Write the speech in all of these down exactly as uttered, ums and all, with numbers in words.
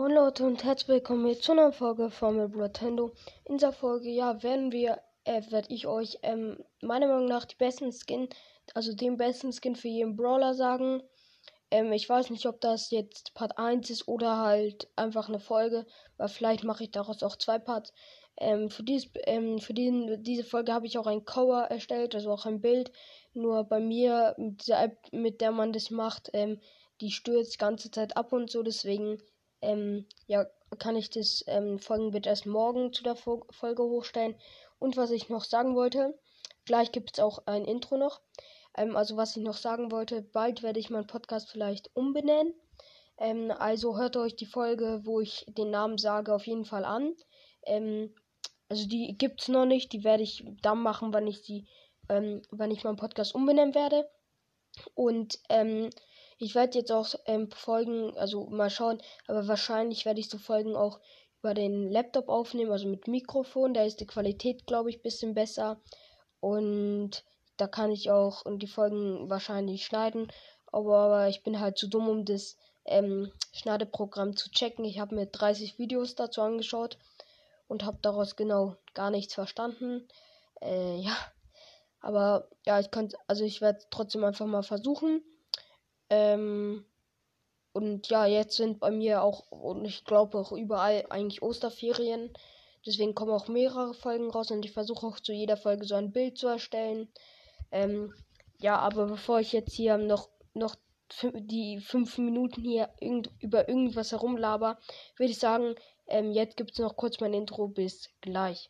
Moin Leute und herzlich willkommen hier zu einer Folge von Nintendo. In dieser Folge, ja, werden wir, äh, werde ich euch, ähm, meiner Meinung nach die besten Skin, also den besten Skin für jeden Brawler sagen. Ähm, ich weiß nicht, ob das jetzt Part eins ist oder halt einfach eine Folge, weil vielleicht mache ich daraus auch zwei Parts. Ähm, für dies, ähm, für diesen, diese Folge habe ich auch ein Cover erstellt, also auch ein Bild. Nur bei mir, mit dieser App, mit der man das macht, ähm, die stürzt die ganze Zeit ab und so, deswegen ähm, ja, kann ich das ähm, Folgenbild erst morgen zu der Fo- Folge hochstellen. Und was ich noch sagen wollte, gleich gibt es auch ein Intro noch. Ähm, also was ich noch sagen wollte, bald werde ich meinen Podcast vielleicht umbenennen. Ähm, also hört euch die Folge, wo ich den Namen sage, auf jeden Fall an. Ähm, also die gibt es noch nicht, die werde ich dann machen, wenn ich sie, ähm, wenn ich meinen Podcast umbenennen werde. Und ähm, ich werde jetzt auch ähm, Folgen, also mal schauen, aber wahrscheinlich werde ich so Folgen auch über den Laptop aufnehmen, also mit Mikrofon. Da ist die Qualität, glaube ich, ein bisschen besser. Und da kann ich auch und die Folgen wahrscheinlich schneiden. Aber, aber ich bin halt zu dumm, um das ähm, Schneideprogramm zu checken. Ich habe mir dreißig Videos dazu angeschaut und habe daraus genau gar nichts verstanden. Äh, ja. Aber ja, ich könnte, also ich werde trotzdem einfach mal versuchen. Ähm, und ja, jetzt sind bei mir auch, und ich glaube auch überall eigentlich Osterferien. Deswegen kommen auch mehrere Folgen raus und ich versuche auch zu jeder Folge so ein Bild zu erstellen. Ähm, ja, aber bevor ich jetzt hier noch, noch die fünf Minuten hier irgend, über irgendwas herumlaber, würde ich sagen, ähm, jetzt gibt es noch kurz mein Intro. Bis gleich.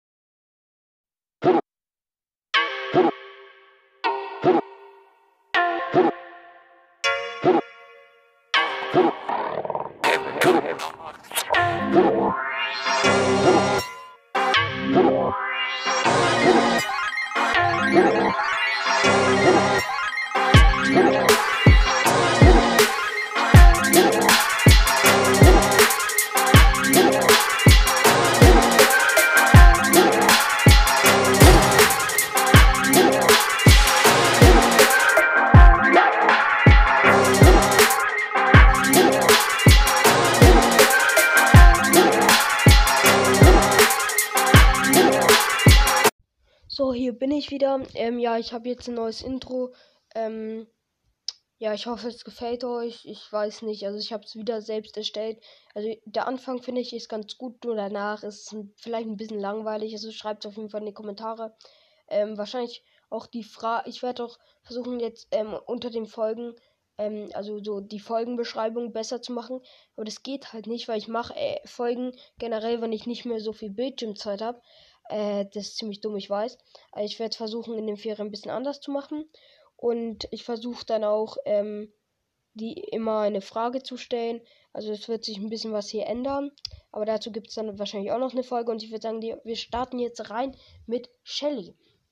So, hier bin ich wieder. Ähm, ja, ich habe jetzt ein neues Intro. Ähm, ja, ich hoffe, es gefällt euch. Ich weiß nicht, also ich habe es wieder selbst erstellt. Also der Anfang finde ich ist ganz gut, nur danach ist es vielleicht ein bisschen langweilig. Also schreibt es auf jeden Fall in die Kommentare. Ähm, wahrscheinlich auch die Frage, ich werde auch versuchen jetzt ähm, unter den Folgen, ähm, also so die Folgenbeschreibung besser zu machen. Aber das geht halt nicht, weil ich mache äh, Folgen generell, wenn ich nicht mehr so viel Bildschirmzeit habe. Äh, das ist ziemlich dumm, ich weiß. Aber ich werde versuchen, in den Ferien ein bisschen anders zu machen. Und ich versuche dann auch, ähm, die immer eine Frage zu stellen. Also es wird sich ein bisschen was hier ändern. Aber dazu gibt es dann wahrscheinlich auch noch eine Folge. Und ich würde sagen, die, wir starten jetzt rein mit Shelly.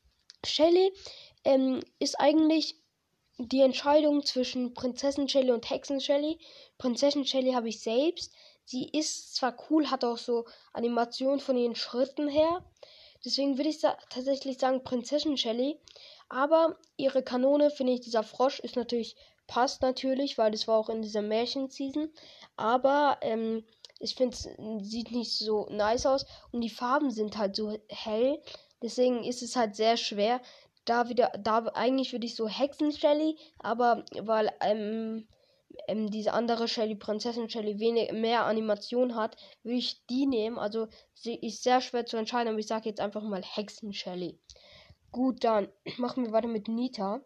Shelly ähm, ist eigentlich die Entscheidung zwischen Prinzessin Shelly und Hexen Shelly. Prinzessin Shelly habe ich selbst. Sie ist zwar cool, hat auch so Animationen von ihren Schritten her. Deswegen würde ich sa- tatsächlich sagen Prinzessin Shelly. Aber ihre Kanone, finde ich, dieser Frosch ist natürlich, passt natürlich, weil das war auch in dieser Märchen-Season. Aber ähm, ich finde, es sieht nicht so nice aus. Und die Farben sind halt so hell. Deswegen ist es halt sehr schwer. Da wieder, da eigentlich würde ich so Hexen Shelly, aber weil ähm, ähm, diese andere Shelly, Prinzessin Shelly, wenig mehr Animation hat, würde ich die nehmen. Also sie ist sehr schwer zu entscheiden, aber ich sage jetzt einfach mal Hexen Shelly. Gut, dann machen wir weiter mit Nita.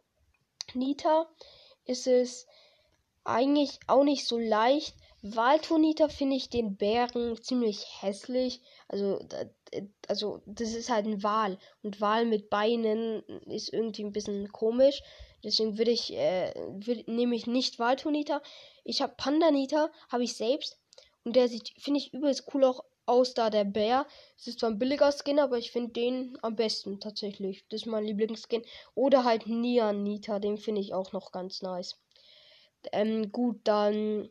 Nita ist es eigentlich auch nicht so leicht. Waltonita finde ich den Bären ziemlich hässlich. Also, also das ist halt ein Wal. Und Wal mit Beinen ist irgendwie ein bisschen komisch. Deswegen würde ich, äh, würd, nehme ich nicht Waltonita. Ich habe Pandanita, habe ich selbst. Und der sieht, finde ich, übelst cool auch aus, da der Bär. Es ist zwar ein billiger Skin, aber ich finde den am besten tatsächlich. Das ist mein Lieblingsskin. Oder halt Nyanita, den finde ich auch noch ganz nice. Ähm, gut, dann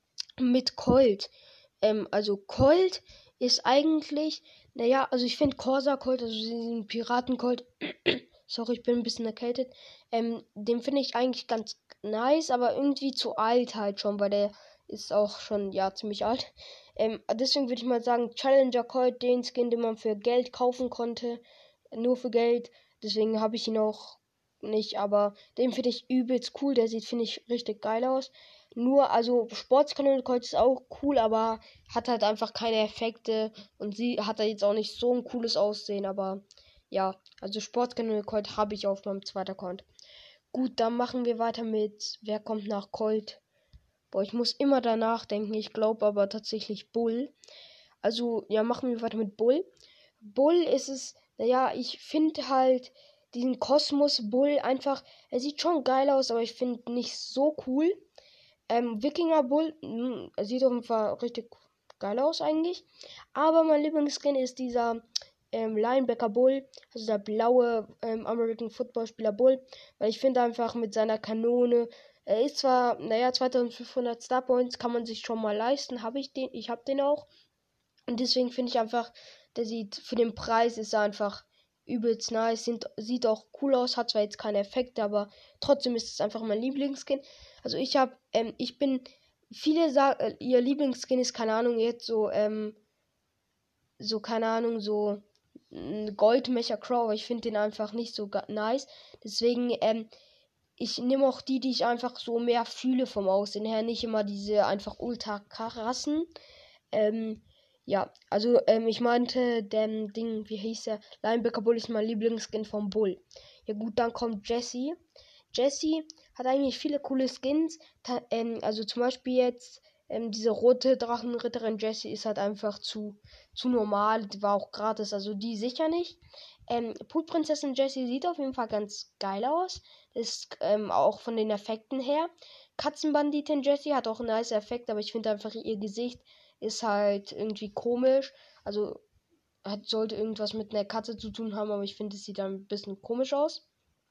mit Colt. Ähm, also Colt ist eigentlich, naja, also ich finde Corsa Colt, also diesen Piraten Colt, sorry, ich bin ein bisschen erkältet, ähm, den finde ich eigentlich ganz nice, aber irgendwie zu alt halt schon, weil der ist auch schon, ja, ziemlich alt. Ähm, deswegen würde ich mal sagen, Challenger Colt, den Skin, den man für Geld kaufen konnte. Nur für Geld. Deswegen habe ich ihn auch nicht, aber den finde ich übelst cool. Der sieht, finde ich, richtig geil aus. Nur, also Sportskanone Colt ist auch cool, aber hat halt einfach keine Effekte und sie hat da jetzt auch nicht so ein cooles Aussehen, aber ja, also Sportskanone Colt habe ich auf meinem zweiten Account. Gut, dann machen wir weiter mit, wer kommt nach Colt? Boah, ich muss immer danach denken, ich glaube aber tatsächlich Bull. Also, ja, machen wir weiter mit Bull. Bull ist es, naja, ich finde halt diesen Kosmos Bull einfach, er sieht schon geil aus, aber ich finde nicht so cool. Ähm, Wikinger Bull, mh, er sieht auf jeden Fall richtig geil aus eigentlich. Aber mein Lieblingsskin ist dieser ähm, Linebacker Bull, also der blaue ähm, American Football Spieler Bull, weil ich finde einfach mit seiner Kanone, er ist zwar, naja, zweitausendfünfhundert Star Points kann man sich schon mal leisten, habe ich den, ich habe den auch. Und deswegen finde ich einfach, der sieht, für den Preis ist er einfach übelst nice, sieht, sieht auch cool aus, hat zwar jetzt keine Effekte, aber trotzdem ist es einfach mein Lieblingsskin. Also ich habe, ähm, ich bin, viele sagen, äh, ihr Lieblingsskin ist, keine Ahnung, jetzt so, ähm, so, keine Ahnung, so ein Goldmecher Crow, aber ich finde den einfach nicht so nice. Deswegen, ähm, ich nehme auch die, die ich einfach so mehr fühle vom Aussehen her, nicht immer diese einfach ultra krassen. Ähm, ja, also ähm, ich meinte, dem Ding, wie hieß er? Linebacker Bull ist mein Lieblingsskin vom Bull. Ja gut, dann kommt Jesse. Jesse hat eigentlich viele coole Skins. Ta ähm, also zum Beispiel jetzt ähm, diese rote Drachenritterin Jessie ist halt einfach zu, zu normal. Die war auch gratis, also die sicher nicht. Ähm, Putprinzessin Jessie sieht auf jeden Fall ganz geil aus. Ist ähm, auch von den Effekten her. Katzenbanditin Jessie hat auch einen nice Effekt, aber ich finde einfach ihr Gesicht ist halt irgendwie komisch. Also hat, sollte irgendwas mit einer Katze zu tun haben, aber ich finde, es sieht dann ein bisschen komisch aus.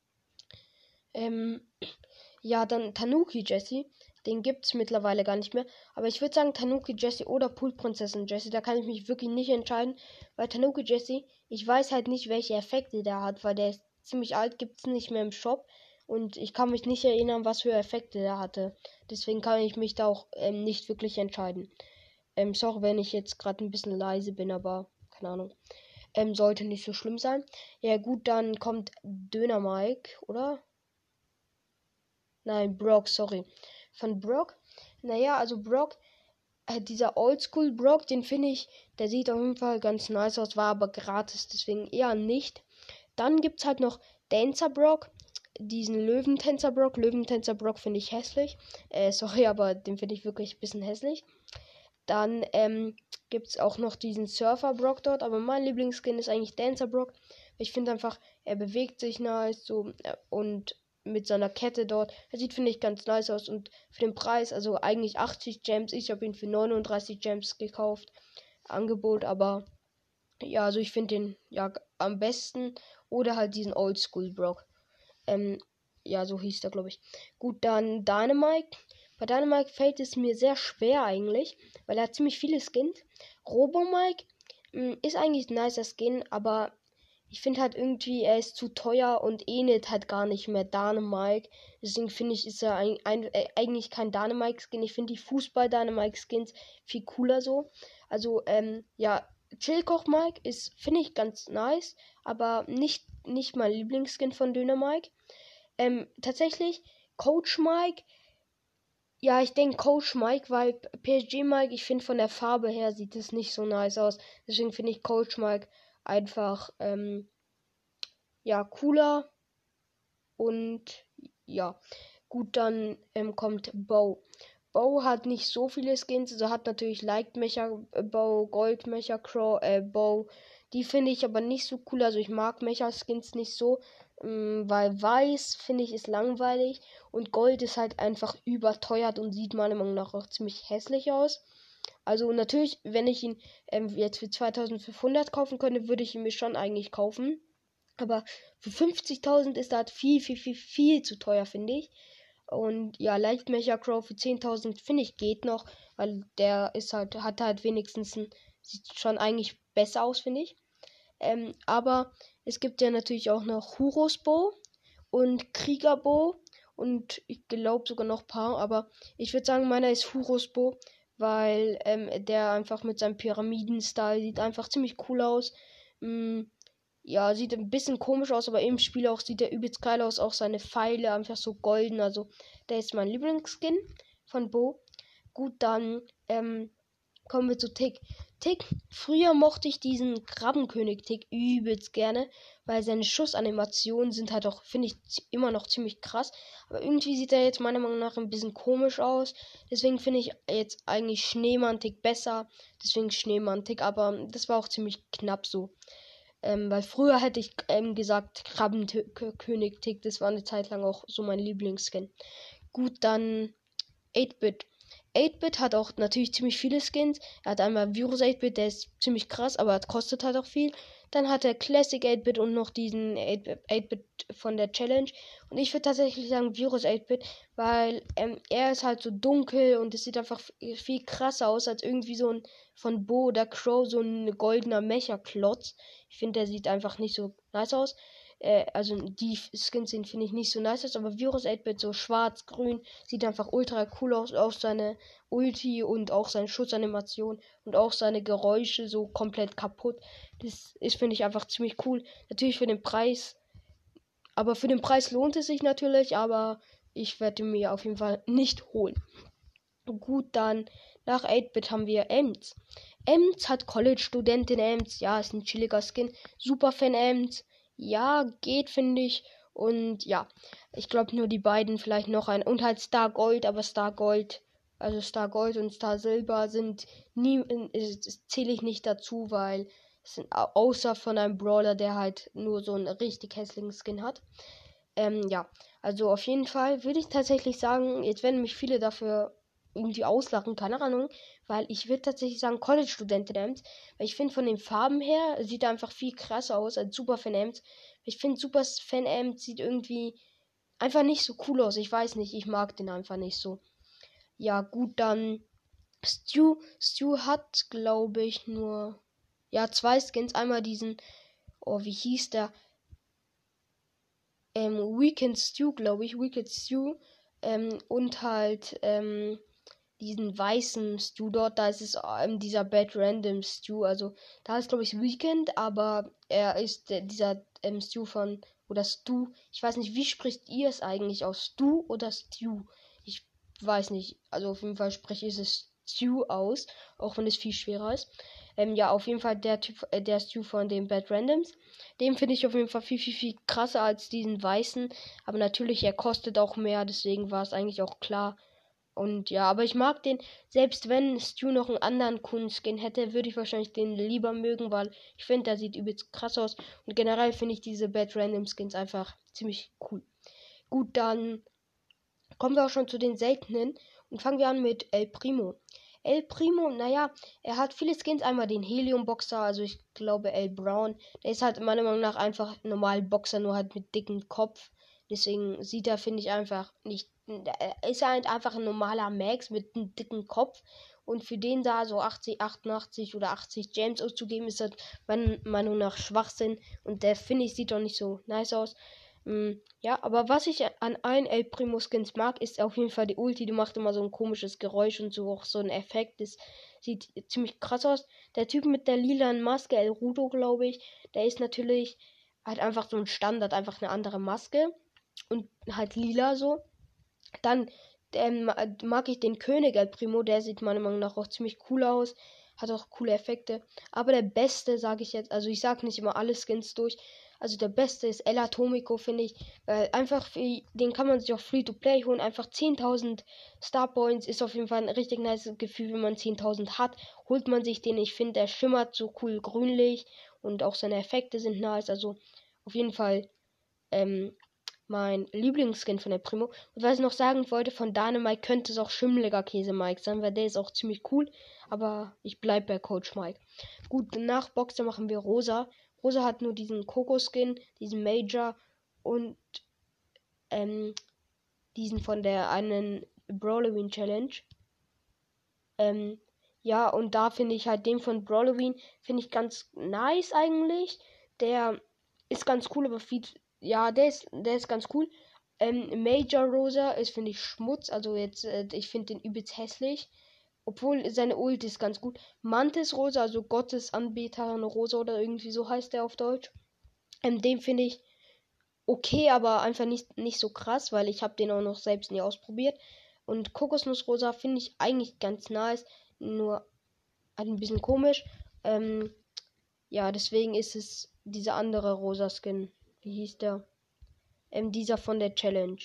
Ähm, ja, dann Tanuki Jessie. Den gibt es mittlerweile gar nicht mehr. Aber ich würde sagen Tanuki Jessie oder Poolprinzessin Jessie. Da kann ich mich wirklich nicht entscheiden. Weil Tanuki Jessie, ich weiß halt nicht, welche Effekte der hat, weil der ist ziemlich alt, gibt es nicht mehr im Shop. Und ich kann mich nicht erinnern, was für Effekte der hatte. Deswegen kann ich mich da auch ähm, nicht wirklich entscheiden. Ähm, sorry, wenn ich jetzt gerade ein bisschen leise bin, aber keine Ahnung. Ähm, sollte nicht so schlimm sein. Ja gut, dann kommt Döner Mike, oder? Nein, Brock, sorry. Von Brock. Naja, also Brock, äh, dieser Oldschool Brock, den finde ich, der sieht auf jeden Fall ganz nice aus, war aber gratis, deswegen eher nicht. Dann gibt es halt noch Dancer Brock, diesen Löwentänzer Brock. Löwentänzer Brock finde ich hässlich. Äh, sorry, aber den finde ich wirklich ein bisschen hässlich. Dann ähm, gibt es auch noch diesen Surfer Brock dort, aber mein Lieblingsskin ist eigentlich Dancer Brock. Ich finde einfach, er bewegt sich nice so äh, und mit seiner Kette dort. Er sieht, finde ich, ganz nice aus und für den Preis, also eigentlich achtzig Gems. Ich habe ihn für neununddreißig Gems gekauft. Angebot, aber ja, also ich finde den ja am besten. Oder halt diesen Oldschool Brock. Ähm, ja, so hieß der, glaube ich. Gut, dann Dynamite. Bei Dynamite fällt es mir sehr schwer eigentlich, weil er hat ziemlich viele Skins. Robo-Mike mh, ist eigentlich ein nicer Skin, aber ich finde halt irgendwie, er ist zu teuer und ähnelt halt gar nicht mehr Dynamite. Deswegen finde ich, ist er ein, ein, äh, eigentlich kein Dynamite-Skin. Ich finde die Fußball-Dynamite-Skins viel cooler so. Also, ähm, ja, Chillkoch Mike ist, finde ich, ganz nice, aber nicht, nicht mein Lieblingsskin von Döner Mike. Ähm, tatsächlich, Coach Mike, ja, ich denke Coach Mike, weil P S G Mike, ich finde von der Farbe her sieht es nicht so nice aus. Deswegen finde ich Coach Mike einfach, ähm, ja, cooler. Und ja, gut, dann ähm, kommt Bow. Bow hat nicht so viele Skins, also hat natürlich Light Mecha äh, Bow, Gold Mecha Crow, äh, Bow. Die finde ich aber nicht so cool, also ich mag Mecha Skins nicht so, ähm, weil weiß finde ich ist langweilig und Gold ist halt einfach überteuert und sieht meiner Meinung nach auch ziemlich hässlich aus. Also natürlich, wenn ich ihn ähm, jetzt für zweitausendfünfhundert kaufen könnte, würde ich ihn mir schon eigentlich kaufen. Aber für fünfzigtausend ist das viel, viel, viel, viel zu teuer, finde ich. Und ja, Leichtmecher Crow für zehntausend finde ich geht noch, weil der ist halt, hat halt wenigstens ein, sieht schon eigentlich besser aus, finde ich. Ähm, aber es gibt ja natürlich auch noch Huros Bow und Kriegerbow und ich glaube sogar noch ein paar, aber ich würde sagen, meiner ist Furosbo, weil ähm, der einfach mit seinem Pyramiden-Style sieht einfach ziemlich cool aus. Mm, ja, sieht ein bisschen komisch aus, aber im Spiel auch sieht er übelst geil aus. Auch seine Pfeile einfach so golden. Also, der ist mein Lieblingsskin von Bo. Gut, dann ähm, kommen wir zu Tick. Tick, früher mochte ich diesen Krabbenkönig Tick übelst gerne, weil seine Schussanimationen sind halt auch, finde ich, immer noch ziemlich krass. Aber irgendwie sieht er jetzt meiner Meinung nach ein bisschen komisch aus. Deswegen finde ich jetzt eigentlich Schneemann Tick besser. Deswegen Schneemann Tick, aber das war auch ziemlich knapp so. Ähm, weil früher hätte ich ähm, gesagt Krabbenkönig Tick. Das war eine Zeit lang auch so mein Lieblingsskin. Gut, dann acht-Bit. acht-Bit hat auch natürlich ziemlich viele Skins. Er hat einmal Virus acht-Bit, der ist ziemlich krass, aber kostet halt auch viel. Dann hat er Classic acht-Bit und noch diesen acht-Bit von der Challenge. Und ich würde tatsächlich sagen Virus acht-Bit, weil ähm, er ist halt so dunkel und es sieht einfach viel krasser aus als irgendwie so ein von Bo oder Crow, so ein goldener Mecha-Klotz. Ich finde, der sieht einfach nicht so nice aus. Äh, also die Skins sehen, finde ich, nicht so nice aus, aber Virus acht-Bit so schwarz-grün sieht einfach ultra cool aus. Auch seine Ulti und auch seine Schutzanimation und auch seine Geräusche so komplett kaputt. Das ist, finde ich, einfach ziemlich cool. Natürlich für den Preis. Aber für den Preis lohnt es sich natürlich, aber ich werde mir auf jeden Fall nicht holen. Gut, dann nach acht-Bit haben wir Ems. Ems hat College-Studentin Ems. Ja, ist ein chilliger Skin. Superfan Ems. Ja, geht, finde ich. Und ja, ich glaube nur die beiden vielleicht noch ein. Und halt Star Gold, aber Star Gold, also Star Gold und Star Silber sind nie, zähle ich nicht dazu, weil es sind außer von einem Brawler, der halt nur so einen richtig hässlichen Skin hat. Ähm, ja, also auf jeden Fall würde ich tatsächlich sagen, jetzt werden mich viele dafür irgendwie auslachen, keine Ahnung, weil ich würde tatsächlich sagen College-Studentin Ems, weil ich finde von den Farben her sieht er einfach viel krasser aus als Superfan Ems. Ich finde Superfan Ems sieht irgendwie einfach nicht so cool aus, ich weiß nicht, ich mag den einfach nicht so. Ja gut, dann Stu, Stu hat glaube ich nur, ja zwei Skins, einmal diesen, oh wie hieß der, ähm, Weekend Stew, glaube ich, Weekend Stew, ähm, und halt, ähm, diesen weißen Stew dort, da ist es ähm, dieser Bad Random Stew, also da ist glaube ich Weekend, aber er ist äh, dieser ähm, Stew von, oder Stew, ich weiß nicht, wie spricht ihr es eigentlich aus, Stew oder Stew? Ich weiß nicht, also auf jeden Fall spreche ich es Stew aus, auch wenn es viel schwerer ist. Ähm, ja, auf jeden Fall der Typ, äh, der Stew von den Bad Randoms. Den finde ich auf jeden Fall viel, viel, viel krasser als diesen weißen. Aber natürlich, er kostet auch mehr, deswegen war es eigentlich auch klar. Und ja, aber ich mag den, selbst wenn Stu noch einen anderen coolen Skin hätte, würde ich wahrscheinlich den lieber mögen, weil ich finde, der sieht übelst krass aus. Und generell finde ich diese Bad Random Skins einfach ziemlich cool. Gut, dann kommen wir auch schon zu den seltenen und fangen wir an mit El Primo. El Primo, naja, er hat viele Skins. Einmal den Helium-Boxer, also ich glaube El Brown. Der ist halt meiner Meinung nach einfach ein normaler Boxer, nur halt mit dicken Kopf. Deswegen sieht er, finde ich, einfach nicht. Er ist halt einfach ein normaler Max mit einem dicken Kopf. Und für den da so achtzig, achtundachtzig oder achtzig Gems auszugeben, ist halt meiner Meinung nach Schwachsinn. Und der, finde ich, sieht doch nicht so nice aus. Ja, aber was ich an allen El Primo Skins mag, ist auf jeden Fall die Ulti. Die macht immer so ein komisches Geräusch und so auch so ein Effekt. Das sieht ziemlich krass aus. Der Typ mit der lilanen Maske, El Rudo, glaube ich, der ist natürlich halt einfach so ein Standard, einfach eine andere Maske. Und halt lila so. Dann ähm, mag ich den König El Primo, der sieht meiner Meinung nach auch ziemlich cool aus. Hat auch coole Effekte. Aber der beste, sage ich jetzt, also ich sage nicht immer alle Skins durch. Also der beste ist El Atomico, finde ich. Weil einfach, für, den kann man sich auch Free-to-Play holen. Einfach zehntausend Star Points ist auf jeden Fall ein richtig nice Gefühl, wenn man zehntausend hat. Holt man sich den, ich finde, der schimmert so cool grünlich. Und auch seine Effekte sind nice. Also auf jeden Fall ähm, mein Lieblingsskin von der Primo. Und was ich noch sagen wollte, von Dynamite könnte es auch schimmeliger Käse Mike sein, weil der ist auch ziemlich cool. Aber ich bleibe bei Coach Mike. Gut, nach Boxer machen wir Rosa. Rosa hat nur diesen Coco-Skin, diesen Major und ähm, diesen von der einen Brawloween Challenge. Ähm, ja, und da finde ich halt den von Brawloween, finde ich ganz nice eigentlich. Der ist ganz cool, aber viel, ja, der ist, der ist ganz cool. Ähm, Major Rosa ist, finde ich, Schmutz. Also jetzt, äh, ich finde den übelst hässlich. Obwohl seine Ult ist ganz gut. Mantis Rosa, also Gottesanbeterin Rosa oder irgendwie so heißt der auf Deutsch. Ähm, den finde ich okay, aber einfach nicht, nicht so krass, weil ich habe den auch noch selbst nie ausprobiert. Und Kokosnussrosa finde ich eigentlich ganz nice, nur ein bisschen komisch. Ähm, ja, deswegen ist es dieser andere rosa Skin. Wie hieß der? Ähm, dieser von der Challenge.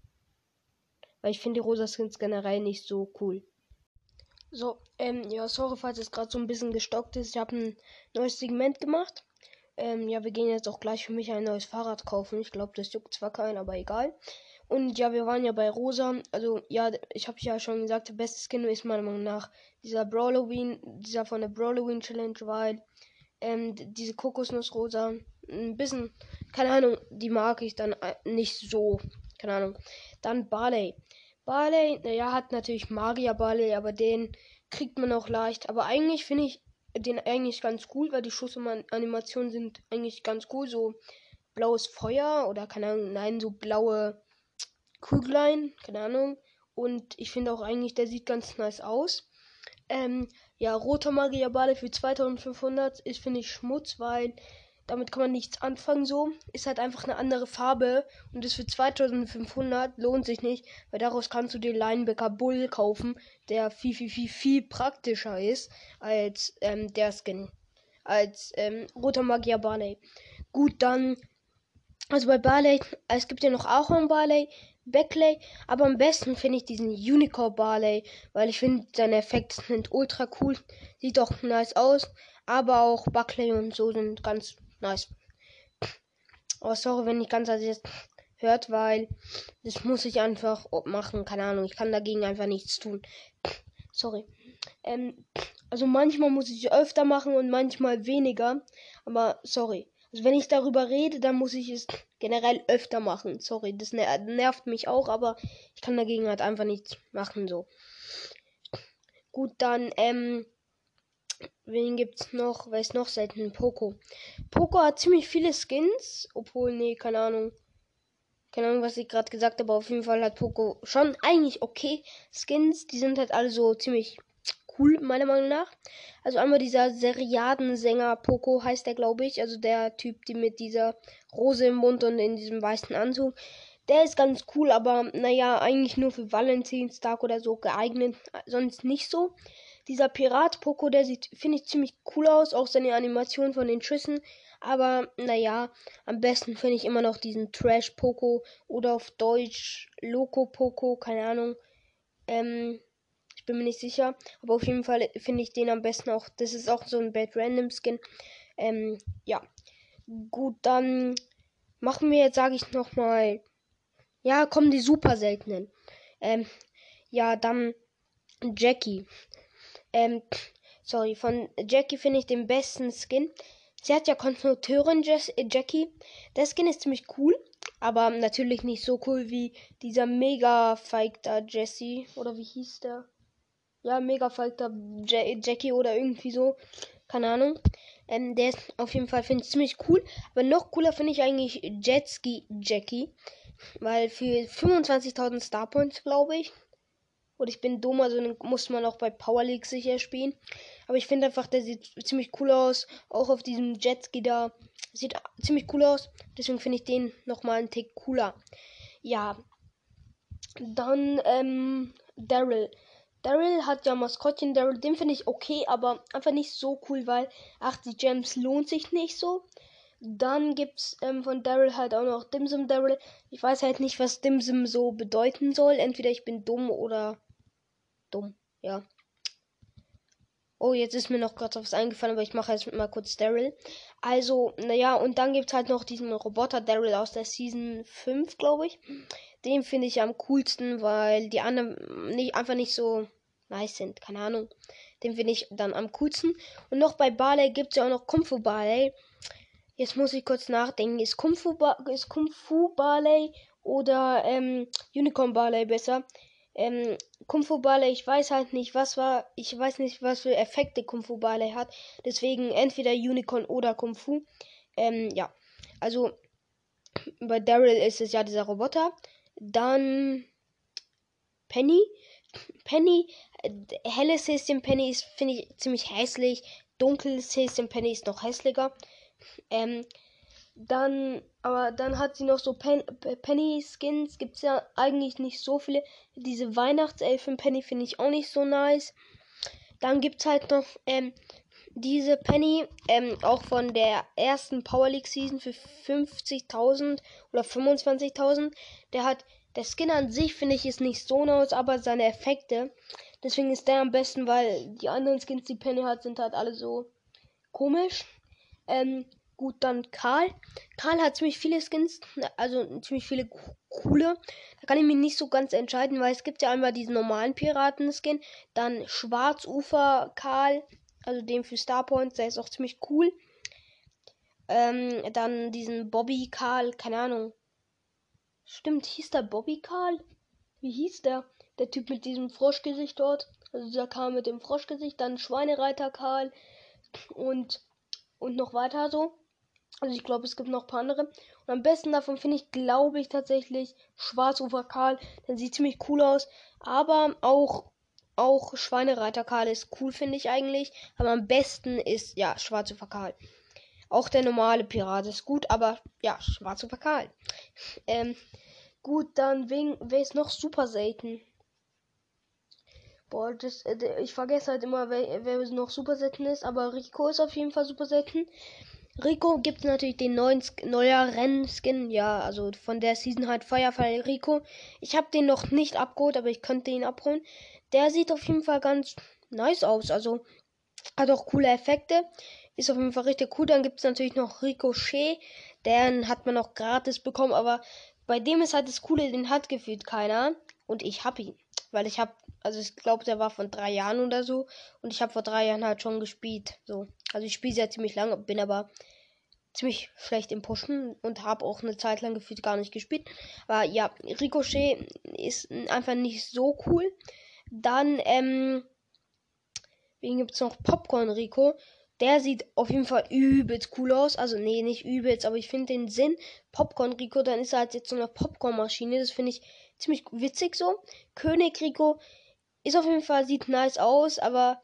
Weil ich finde die rosa Skins generell nicht so cool. So, ähm, ja, sorry, falls es gerade so ein bisschen gestockt ist. Ich habe ein neues Segment gemacht. Ähm, ja, wir gehen jetzt auch gleich für mich ein neues Fahrrad kaufen. Ich glaube, das juckt zwar keinen, aber egal. Und ja, wir waren ja bei Rosa. Also, ja, ich habe ja schon gesagt, der beste Skin ist meiner Meinung nach dieser Brawloween, dieser von der Brawloween Challenge, weil ähm, diese Kokosnussrosa ein bisschen, keine Ahnung, die mag ich dann nicht so. Keine Ahnung. Dann Barley. Barley, naja, hat natürlich Magier Barley, aber den kriegt man auch leicht. Aber eigentlich finde ich den eigentlich ganz cool, weil die Schussanimationen sind eigentlich ganz cool. So blaues Feuer oder keine Ahnung, nein, so blaue Küglein, keine Ahnung. Und ich finde auch eigentlich, der sieht ganz nice aus. Ähm, ja, roter Magierball für zweitausendfünfhundert ist, finde ich, Schmutz, weil damit kann man nichts anfangen so. Ist halt einfach eine andere Farbe und ist für zweitausendfünfhundert lohnt sich nicht, weil daraus kannst du den Linebacker Bull kaufen, der viel, viel, viel, viel praktischer ist als ähm, der Skin. Als ähm, roter Magier Barley. Gut, dann, also bei Barley, es gibt ja noch auch einen Barley, Beckley, aber am besten finde ich diesen Unicorn Barley, weil ich finde, seine Effekte sind ultra cool, sieht auch nice aus, aber auch Buckley und so sind ganz nice. Oh, sorry, wenn nicht ganz als jetzt hört, weil das muss ich einfach machen, keine Ahnung, ich kann dagegen einfach nichts tun. Sorry. Ähm, also manchmal muss ich es öfter machen und manchmal weniger, aber sorry. Also wenn ich darüber rede, dann muss ich es generell öfter machen. Sorry, das ner nervt mich auch, aber ich kann dagegen halt einfach nichts machen so. Gut, dann, ähm, wen gibt's noch? Wer ist noch selten? Poco. Poco hat ziemlich viele Skins, obwohl, nee, keine Ahnung. Keine Ahnung, was ich gerade gesagt habe, aber auf jeden Fall hat Poco schon eigentlich okay Skins. Die sind halt alle so ziemlich cool, meiner Meinung nach. Also einmal dieser Seriadensänger Poco heißt der, glaube ich. Also der Typ, die mit dieser Rose im Mund und in diesem weißen Anzug. Der ist ganz cool, aber naja, eigentlich nur für Valentinstag oder so geeignet. Sonst nicht so. Dieser Pirat Poco, der sieht, finde ich, ziemlich cool aus. Auch seine Animation von den Schüssen. Aber naja, am besten finde ich immer noch diesen Trash Poco oder auf Deutsch Loco Poco, keine Ahnung. Ähm, ich bin mir nicht sicher. Aber auf jeden Fall finde ich den am besten auch. Das ist auch so ein Bad Random Skin. Ähm, ja. Gut, dann machen wir jetzt, sage ich nochmal. Ja, kommen die super seltenen. Ähm, ja, dann Jackie. Ähm, sorry, von Jackie finde ich den besten Skin. Sie hat ja Konstrukteurin Jackie. Der Skin ist ziemlich cool, aber natürlich nicht so cool wie dieser mega Fighter Jesse. Oder wie hieß der? Ja, mega Fighter Jackie oder irgendwie so. Keine Ahnung. Ähm, der ist auf jeden Fall, finde ich, ziemlich cool. Aber noch cooler finde ich eigentlich Jetski Jackie. Weil für fünfundzwanzigtausend Star Points, glaube ich. Und ich bin dumm, also den muss man auch bei Power League sicher spielen. Aber ich finde einfach, der sieht ziemlich cool aus. Auch auf diesem Jetski da. Sieht ziemlich cool aus. Deswegen finde ich den nochmal einen Tick cooler. Ja. Dann, ähm, Daryl. Daryl hat ja Maskottchen Daryl. Den finde ich okay, aber einfach nicht so cool, weil achtzig Gems lohnt sich nicht so. Dann gibt's ähm, von Daryl halt auch noch Dimsum Daryl. Ich weiß halt nicht, was Dimsum so bedeuten soll. Entweder ich bin dumm oder dumm, ja. Oh, jetzt ist mir noch gerade was eingefallen, aber ich mache jetzt mal kurz Daryl. Also, naja, und dann gibt es halt noch diesen Roboter Daryl aus der Season fünf, glaube ich. Den finde ich am coolsten, weil die anderen nicht, einfach nicht so nice sind. Keine Ahnung. Den finde ich dann am coolsten. Und noch bei Barley gibt es ja auch noch Kung Fu Barley. Jetzt muss ich kurz nachdenken. Ist Kung Fu, ba ist Kung Fu Barley oder ähm, Unicorn Barley besser? Ähm, Kung Fu Barley, ich weiß halt nicht, was war, ich weiß nicht, was für Effekte Kung Fu Barley hat. Deswegen entweder Unicorn oder Kung Fu. Ähm, ja. Also bei Daryl ist es ja dieser Roboter. Dann Penny. Penny, äh, helles Häschen Penny ist, finde ich, ziemlich hässlich. Dunkles Häschen Penny ist noch hässlicher. Ähm, dann, aber dann hat sie noch so Pen Penny Skins. Gibt es ja eigentlich nicht so viele. Diese Weihnachtselfen Penny finde ich auch nicht so nice. Dann gibt es halt noch ähm, diese Penny, ähm, auch von der ersten Power League Season für fünfzigtausend oder fünfundzwanzigtausend. Der hat, der Skin an sich finde ich ist nicht so nice, aber seine Effekte. Deswegen ist der am besten, weil die anderen Skins, die Penny hat, sind halt alle so komisch. Ähm, gut, dann Karl. Karl hat ziemlich viele Skins, also ziemlich viele coole. Da kann ich mich nicht so ganz entscheiden, weil es gibt ja einmal diesen normalen Piraten-Skin, dann Schwarzufer Karl, also den für Starpoints, der ist auch ziemlich cool. Ähm, dann diesen Bobby Karl, keine Ahnung. Stimmt, hieß der Bobby Karl? Wie hieß der? Der Typ mit diesem Froschgesicht dort. Also dieser Karl mit dem Froschgesicht, dann Schweinereiter Karl und, und noch weiter so. Also ich glaube, es gibt noch ein paar andere. Und am besten davon finde ich, glaube ich, tatsächlich Schwarzufer Karl. Der sieht ziemlich cool aus. Aber auch, auch Schweinereiter Karl ist cool, finde ich eigentlich. Aber am besten ist, ja, Schwarzufer Karl. Auch der normale Pirat ist gut, aber ja, Schwarzufer Karl. Ähm, gut, dann wegen, wer ist noch super selten? Boah, das, äh, ich vergesse halt immer, wer, wer noch super selten ist. Aber Rico ist auf jeden Fall super selten. Rico gibt es natürlich den neuen Sk- neuer Rennskin, ja, also von der Season halt Firefly Rico. Ich habe den noch nicht abgeholt, aber ich könnte ihn abholen. Der sieht auf jeden Fall ganz nice aus, also hat auch coole Effekte. Ist auf jeden Fall richtig cool. Dann gibt es natürlich noch Ricochet. Den hat man auch gratis bekommen, aber bei dem ist halt das Coole, den hat gefühlt keiner. Und ich hab ihn. Weil ich hab, also ich glaube, der war von drei Jahren oder so. Und ich habe vor drei Jahren halt schon gespielt. So. Also ich spiele ja ziemlich lange, bin aber ziemlich schlecht im Pushen und habe auch eine Zeit lang gefühlt gar nicht gespielt. Aber ja, Ricochet ist einfach nicht so cool. Dann, ähm, wen gibt es noch? Popcorn Rico. Der sieht auf jeden Fall übelst cool aus. Also, nee, nicht übelst, aber ich finde den Sinn. Popcorn Rico, dann ist er halt jetzt so eine Popcorn-Maschine. Das finde ich ziemlich witzig so. König Rico ist auf jeden Fall, sieht nice aus, aber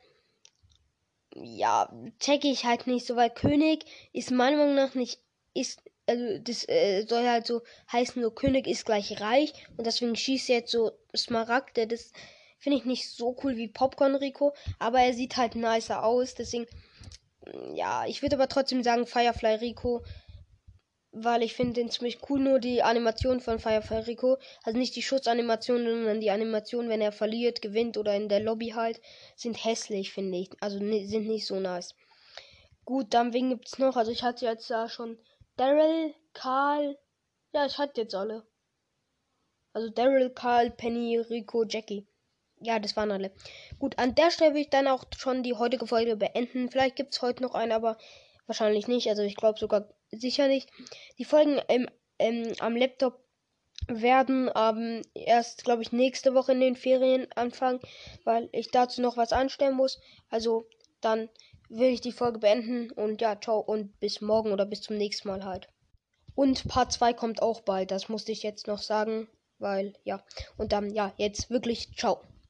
ja, checke ich halt nicht so, weil König ist meiner Meinung nach nicht, ist, also das äh, soll halt so heißen, so König ist gleich reich und deswegen schießt er jetzt so Smaragde. Das finde ich nicht so cool wie Popcorn Rico, aber er sieht halt nicer aus, deswegen, ja, ich würde aber trotzdem sagen Firefly Rico, weil ich finde den ziemlich cool, nur die Animation von Firefly Rico, also nicht die Schutzanimation, sondern die Animation, wenn er verliert, gewinnt oder in der Lobby halt, sind hässlich, finde ich, also sind nicht so nice. Gut, dann wen gibt's noch? Also ich hatte jetzt da schon Daryl, Karl, ja, ich hatte jetzt alle. Also Daryl, Karl, Penny, Rico, Jackie. Ja, das waren alle. Gut, an der Stelle will ich dann auch schon die heutige Folge beenden. Vielleicht gibt es heute noch eine, aber wahrscheinlich nicht. Also ich glaube sogar sicher nicht. Die Folgen im, ähm, am Laptop werden ähm, erst, glaube ich, nächste Woche in den Ferien anfangen, weil ich dazu noch was anstellen muss. Also dann will ich die Folge beenden und ja, ciao und bis morgen oder bis zum nächsten Mal halt. Und Part zwei kommt auch bald, das musste ich jetzt noch sagen, weil ja. Und dann, ja, jetzt wirklich ciao.